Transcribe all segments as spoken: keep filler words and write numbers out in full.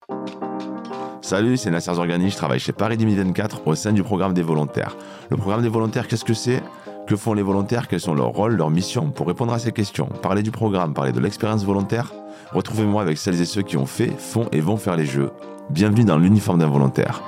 Salut, c'est Nasser Zorgani, je travaille chez Paris deux mille vingt-quatre au sein du programme des volontaires. Le programme des volontaires, qu'est-ce que c'est ? Que font les volontaires ? Quels sont leurs rôles, leurs missions ? Pour répondre à ces questions, parler du programme, parler de l'expérience volontaire, retrouvez-moi avec celles et ceux qui ont fait, font et vont faire les jeux. Bienvenue dans l'uniforme d'un volontaire.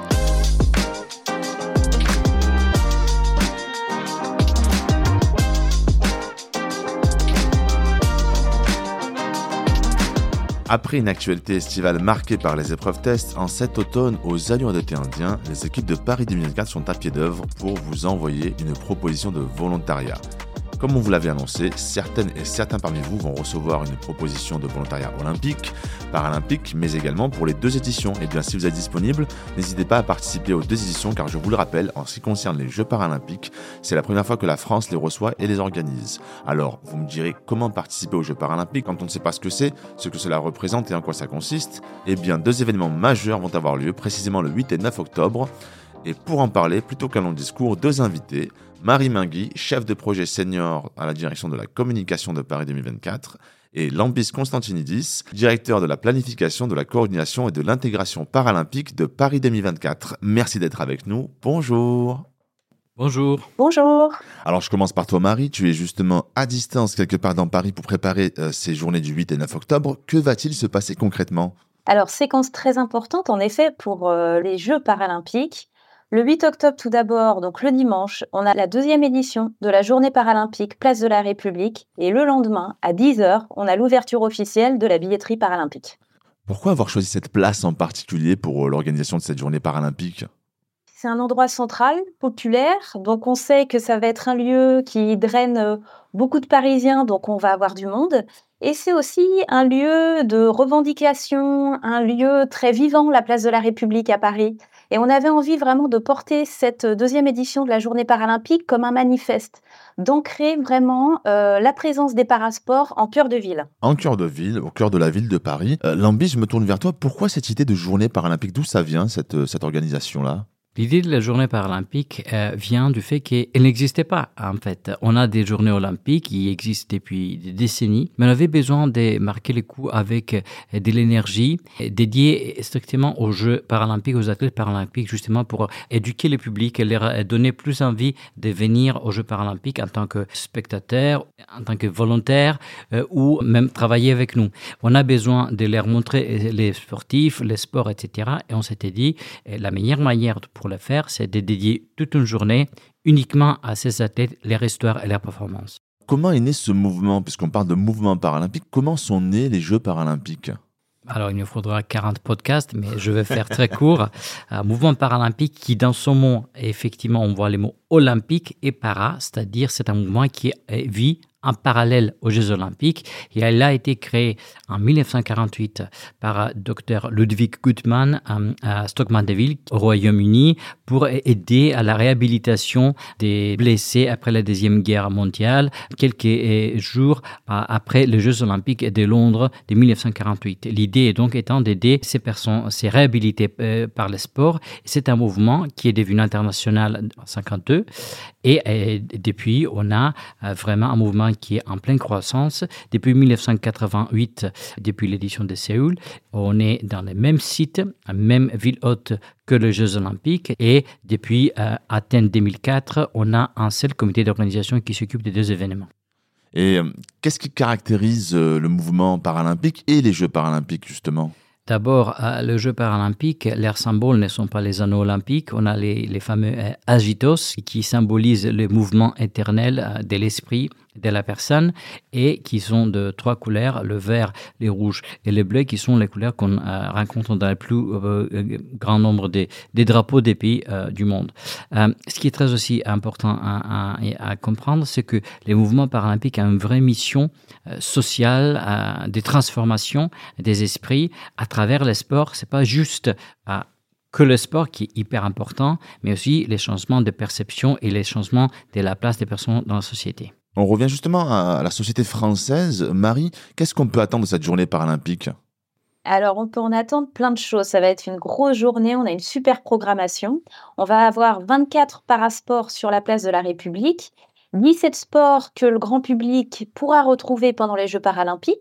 Après une actualité estivale marquée par les épreuves tests, en cet automne, aux Allures d'été indien, les équipes de Paris deux mille vingt-quatre sont à pied d'œuvre pour vous envoyer une proposition de volontariat. Comme on vous l'avait annoncé, certaines et certains parmi vous vont recevoir une proposition de volontariat olympique, paralympique, mais également pour les deux éditions. Et bien, si vous êtes disponible, n'hésitez pas à participer aux deux éditions, car je vous le rappelle, en ce qui concerne les Jeux paralympiques, c'est la première fois que la France les reçoit et les organise. Alors, vous me direz comment participer aux Jeux paralympiques quand on ne sait pas ce que c'est, ce que cela représente et en quoi ça consiste. Eh bien, deux événements majeurs vont avoir lieu, précisément le huit et neuf octobre. Et pour en parler, plutôt qu'un long discours, deux invités. Marie Mingui, chef de projet senior à la direction de la communication de Paris deux mille vingt-quatre, et Lambis Constantinidis, directeur de la planification, de la coordination et de l'intégration paralympique de Paris deux mille vingt-quatre. Merci d'être avec nous. Bonjour. Bonjour. Bonjour. Alors je commence par toi Marie, tu es justement à distance quelque part dans Paris pour préparer euh, ces journées du huit et neuf octobre. Que va-t-il se passer concrètement ? Alors, séquence très importante en effet pour euh, les Jeux paralympiques. Le huit octobre tout d'abord, donc le dimanche, on a la deuxième édition de la journée paralympique Place de la République. Et le lendemain, à dix heures, on a l'ouverture officielle de la billetterie paralympique. Pourquoi avoir choisi cette place en particulier pour euh, l'organisation de cette journée paralympique ? C'est un endroit central, populaire, donc on sait que ça va être un lieu qui draine euh, beaucoup de Parisiens, donc on va avoir du monde. Et c'est aussi un lieu de revendication, un lieu très vivant, la Place de la République à Paris. Et on avait envie vraiment de porter cette deuxième édition de la Journée paralympique comme un manifeste, d'ancrer vraiment euh, la présence des parasports en cœur de ville. En cœur de ville, au cœur de la ville de Paris. Euh, Lambis, je me tourne vers toi. Pourquoi cette idée de journée paralympique ? D'où ça vient, cette, cette organisation-là ? L'idée de la journée paralympique euh, vient du fait qu'elle n'existait pas, en fait. On a des journées olympiques qui existent depuis des décennies, mais on avait besoin de marquer les coups avec euh, de l'énergie dédiée strictement aux Jeux paralympiques, aux athlètes paralympiques, justement pour éduquer le public et leur donner plus envie de venir aux Jeux paralympiques en tant que spectateur, en tant que volontaire euh, ou même travailler avec nous. On a besoin de leur montrer les sportifs, les sports, et cetera. Et on s'était dit, la meilleure manière pour le faire, c'est de dédier toute une journée uniquement à ces athlètes, leur histoire et leur performance. Comment est né ce mouvement ? Puisqu'on parle de mouvement paralympique, comment sont nés les Jeux paralympiques ? Alors, il nous faudra quarante podcasts, mais je vais faire très court. Un mouvement paralympique qui, dans son mot, effectivement, on voit les mots olympique et para, c'est-à-dire c'est un mouvement qui vit en parallèle aux Jeux olympiques. Et elle a été créée en dix-neuf cent quarante-huit par Dr Ludwig Guttmann à Stoke-Mandeville, au Royaume-Uni, pour aider à la réhabilitation des blessés après la Deuxième Guerre mondiale, quelques jours après les Jeux olympiques de Londres de dix-neuf cent quarante-huit. L'idée est donc étant d'aider ces personnes, ces réhabilités par le sport. C'est un mouvement qui est devenu international en mille neuf cent cinquante-deux. Et, et depuis, on a vraiment un mouvement qui est en pleine croissance. Depuis dix-neuf cent quatre-vingt-huit, depuis l'édition de Séoul, on est dans le même site, la même ville hôte que les Jeux olympiques. Et depuis euh, Athènes deux mille quatre, on a un seul comité d'organisation qui s'occupe des deux événements. Et euh, qu'est-ce qui caractérise euh, le mouvement paralympique et les Jeux paralympiques, justement ? D'abord, euh, les Jeux paralympiques, leurs symboles ne sont pas les anneaux olympiques. On a les, les fameux euh, agitos qui symbolisent le mouvement éternel euh, de l'esprit de la personne et qui sont de trois couleurs, le vert, le rouge et le bleu, qui sont les couleurs qu'on euh, rencontre dans le plus euh, grand nombre des, des drapeaux des pays euh, du monde. Euh, ce qui est très aussi important à, à, à comprendre, c'est que les mouvements paralympiques ont une vraie mission euh, sociale, euh, de transformation des esprits à travers les sports. C'est pas juste euh, que le sport qui est hyper important, mais aussi les changements de perception et les changements de la place des personnes dans la société. On revient justement à la société française. Marie, qu'est-ce qu'on peut attendre de cette journée paralympique ? Alors, on peut en attendre plein de choses. Ça va être une grosse journée. On a une super programmation. On va avoir vingt-quatre parasports sur la place de la République, dix-sept sports que le grand public pourra retrouver pendant les Jeux paralympiques.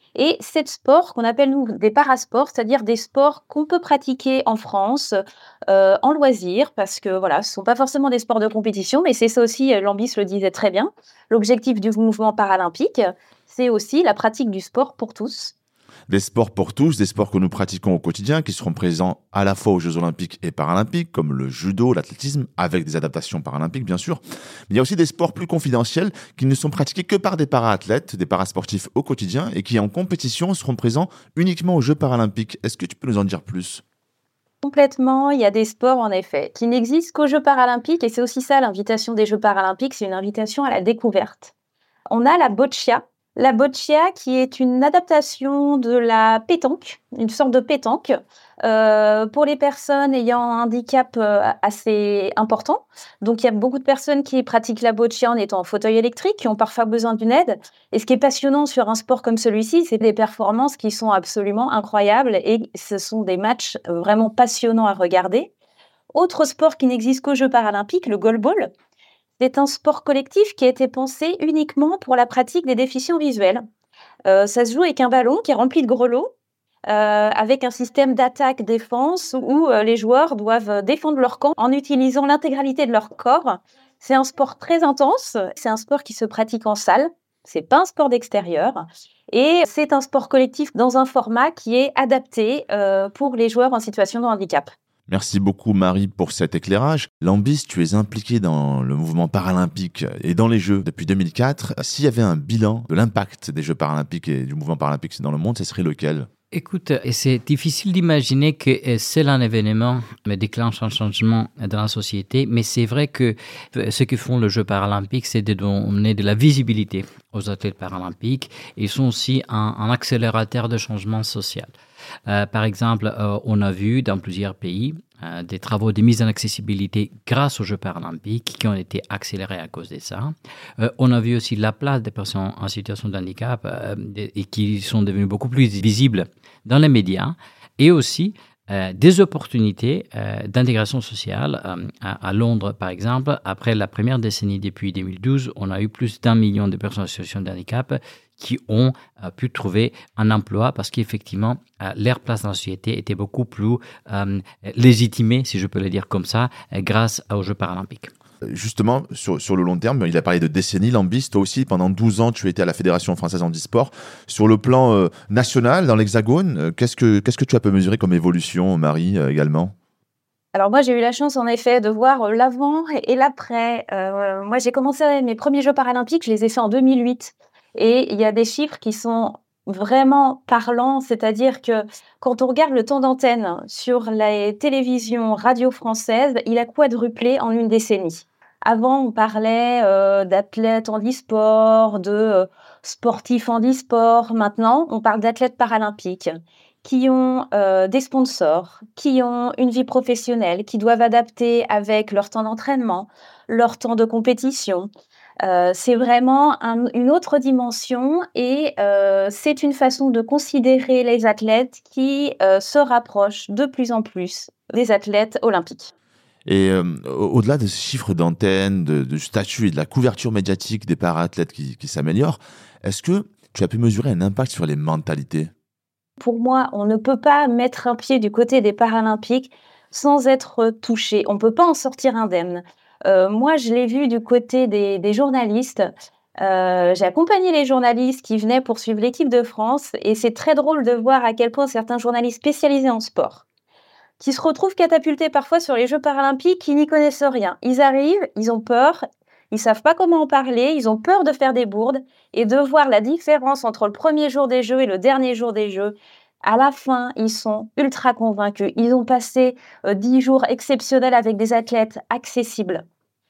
Et sept sports qu'on appelle, nous, des parasports, c'est-à-dire des sports qu'on peut pratiquer en France, heu, en loisir parce que, voilà, ce sont pas forcément des sports de compétition, mais c'est ça aussi, heu, Lambis le disait très bien. L'objectif du mouvement paralympique, c'est aussi la pratique du sport pour tous. Des sports pour tous, des sports que nous pratiquons au quotidien, qui seront présents à la fois aux Jeux olympiques et paralympiques, comme le judo, l'athlétisme, avec des adaptations paralympiques bien sûr. Mais il y a aussi des sports plus confidentiels qui ne sont pratiqués que par des para-athlètes, des parasportifs au quotidien, et qui en compétition seront présents uniquement aux Jeux paralympiques. Est-ce que tu peux nous en dire plus ? Complètement, il y a des sports en effet qui n'existent qu'aux Jeux paralympiques et c'est aussi ça l'invitation des Jeux paralympiques, c'est une invitation à la découverte. On a la boccia. La boccia qui est une adaptation de la pétanque, une sorte de pétanque, heu, pour les personnes ayant un handicap, heu, assez important. Donc il y a beaucoup de personnes qui pratiquent la boccia en étant en fauteuil électrique, qui ont parfois besoin d'une aide. Et ce qui est passionnant sur un sport comme celui-ci, c'est des performances qui sont absolument incroyables et ce sont des matchs, heu, vraiment passionnants à regarder. Autre sport qui n'existe qu'aux Jeux paralympiques, le goalball. C'est un sport collectif qui a été pensé uniquement pour la pratique des déficients visuels. Heu, ça se joue avec un ballon qui est rempli de grelots, heu, avec un système d'attaque-défense où, heu, les joueurs doivent défendre leur camp en utilisant l'intégralité de leur corps. C'est un sport très intense, c'est un sport qui se pratique en salle, c'est pas un sport d'extérieur et c'est un sport collectif dans un format qui est adapté, heu, pour les joueurs en situation de handicap. Merci beaucoup Marie pour cet éclairage. Lambis, tu es impliquée dans le mouvement paralympique et dans les Jeux depuis deux mille quatre. S'il y avait un bilan de l'impact des Jeux paralympiques et du mouvement paralympique dans le monde, ce serait lequel ? Écoute, c'est difficile d'imaginer que seul un événement déclenche un changement dans la société, mais c'est vrai que ce que font les Jeux paralympiques, c'est de donner de la visibilité aux athlètes paralympiques. Ils sont aussi un, un accélérateur de changement social. Euh, par exemple, euh, on a vu dans plusieurs pays euh, des travaux de mise en accessibilité grâce aux Jeux paralympiques qui ont été accélérés à cause de ça. Euh, on a vu aussi la place des personnes en situation de handicap euh, et qui sont devenues beaucoup plus visibles dans les médias et aussi euh, des opportunités euh, d'intégration sociale. Euh, à, à Londres, par exemple, après la première décennie depuis deux mille douze, on a eu plus d'un million de personnes en situation de handicap qui ont euh, pu trouver un emploi parce qu'effectivement, euh, leur place dans la société était beaucoup plus euh, légitimée, si je peux le dire comme ça, euh, grâce aux Jeux paralympiques. Justement, sur, sur le long terme, il a parlé de décennies. Lambis, toi aussi, pendant douze ans, tu étais à la Fédération française handisport. Sur le plan euh, national, dans l'Hexagone, euh, qu'est-ce que, qu'est-ce que tu as pu mesurer comme évolution, Marie, euh, également ? Alors moi, j'ai eu la chance, en effet, de voir l'avant et l'après. Euh, moi, j'ai commencé mes premiers Jeux paralympiques, je les ai faits en deux mille huit. Et il y a des chiffres qui sont vraiment parlants, c'est-à-dire que quand on regarde le temps d'antenne sur les télévisions radio françaises, il a quadruplé en une décennie. Avant, on parlait euh, d'athlètes handisport, de euh, sportifs handisport. Maintenant, on parle d'athlètes paralympiques qui ont euh, des sponsors, qui ont une vie professionnelle, qui doivent adapter avec leur temps d'entraînement, leur temps de compétition. Euh, c'est vraiment un, une autre dimension et euh, c'est une façon de considérer les athlètes qui euh, se rapprochent de plus en plus des athlètes olympiques. Et euh, au-delà de ce chiffre d'antenne, de, de statut et de la couverture médiatique des para-athlètes qui, qui s'améliorent, est-ce que tu as pu mesurer un impact sur les mentalités ? Pour moi, on ne peut pas mettre un pied du côté des Paralympiques sans être touché. On ne peut pas en sortir indemne. Euh, moi, je l'ai vu du côté des, des journalistes. Euh, j'ai accompagné les journalistes qui venaient pour suivre l'équipe de France et c'est très drôle de voir à quel point certains journalistes spécialisés en sport qui se retrouvent catapultés parfois sur les Jeux paralympiques, qui n'y connaissent rien. Ils arrivent, ils ont peur, ils savent pas comment en parler, ils ont peur de faire des bourdes et de voir la différence entre le premier jour des Jeux et le dernier jour des Jeux. À la fin, ils sont ultra convaincus. Ils ont passé euh, dix jours exceptionnels avec des athlètes accessibles.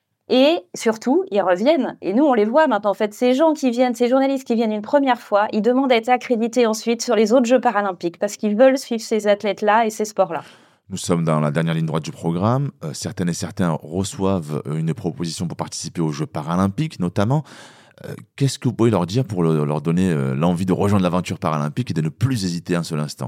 Et surtout, ils reviennent. Et nous, on les voit maintenant. En fait, ces gens qui viennent, ces journalistes qui viennent une première fois, ils demandent à être accrédités ensuite sur les autres Jeux paralympiques parce qu'ils veulent suivre ces athlètes-là et ces sports-là. Nous sommes dans la dernière ligne droite du programme. Euh, certaines et certains reçoivent une proposition pour participer aux Jeux paralympiques, notamment. Euh, qu'est-ce que vous pouvez leur dire pour le, leur donner euh, l'envie de rejoindre l'aventure paralympique et de ne plus hésiter un seul instant ?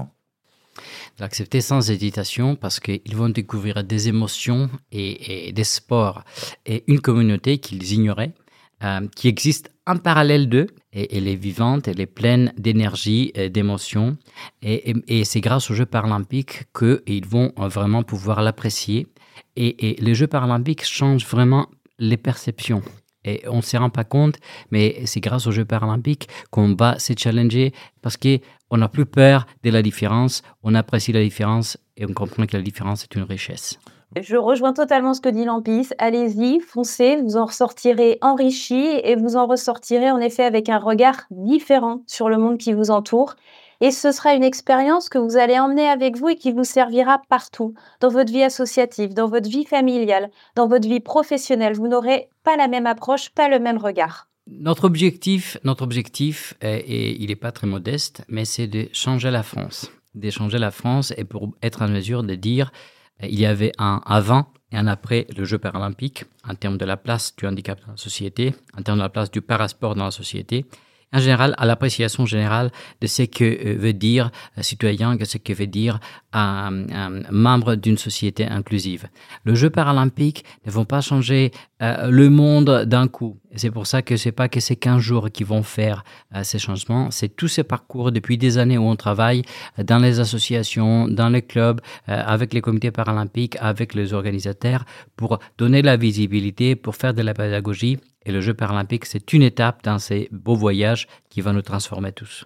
D'accepter sans hésitation parce qu'ils vont découvrir des émotions et, et des sports et une communauté qu'ils ignoraient. euh, qui existe en parallèle d'eux, et elle est vivante, elle est pleine d'énergie, et d'émotions, et, et, et c'est grâce aux Jeux paralympiques qu'ils vont vraiment pouvoir l'apprécier. Et, et les Jeux paralympiques changent vraiment les perceptions. Et on ne s'y rend pas compte, mais c'est grâce aux Jeux paralympiques qu'on va se challenger parce qu'on n'a plus peur de la différence, on apprécie la différence et on comprend que la différence est une richesse. Je rejoins totalement ce que dit Lampis. Allez-y, foncez, vous en ressortirez enrichi et vous en ressortirez en effet avec un regard différent sur le monde qui vous entoure. Et ce sera une expérience que vous allez emmener avec vous et qui vous servira partout, dans votre vie associative, dans votre vie familiale, dans votre vie professionnelle. Vous n'aurez pas la même approche, pas le même regard. Notre objectif, notre objectif est, et il n'est pas très modeste, mais c'est de changer la France. De changer la France et pour être en mesure de dire il y avait un avant et un après le Jeux paralympiques en termes de la place du handicap dans la société, en termes de la place du parasport dans la société, en général à l'appréciation générale de ce que veut dire citoyen, de ce que veut dire un, un membre d'une société inclusive. Les Jeux paralympiques ne vont pas changer euh, le monde d'un coup. Et c'est pour ça que c'est pas que ces quinze jours qui vont faire euh, ces changements, c'est tout ce parcours depuis des années où on travaille dans les associations, dans les clubs, euh, avec les comités paralympiques, avec les organisateurs, pour donner de la visibilité, pour faire de la pédagogie. Et le Jeu paralympique, c'est une étape dans ces beaux voyages qui va nous transformer tous.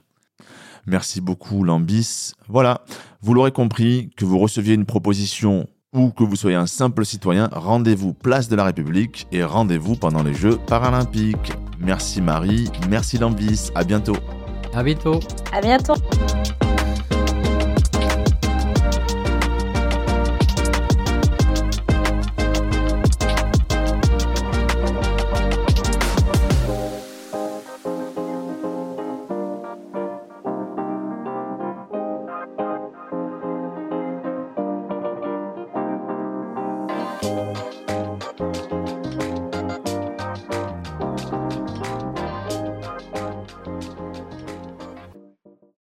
Merci beaucoup, Lambis. Voilà, vous l'aurez compris, que vous receviez une proposition ou que vous soyez un simple citoyen, rendez-vous place de la République et rendez-vous pendant les Jeux paralympiques. Merci Marie, merci Lambis, à bientôt. À bientôt. À bientôt. Thank you.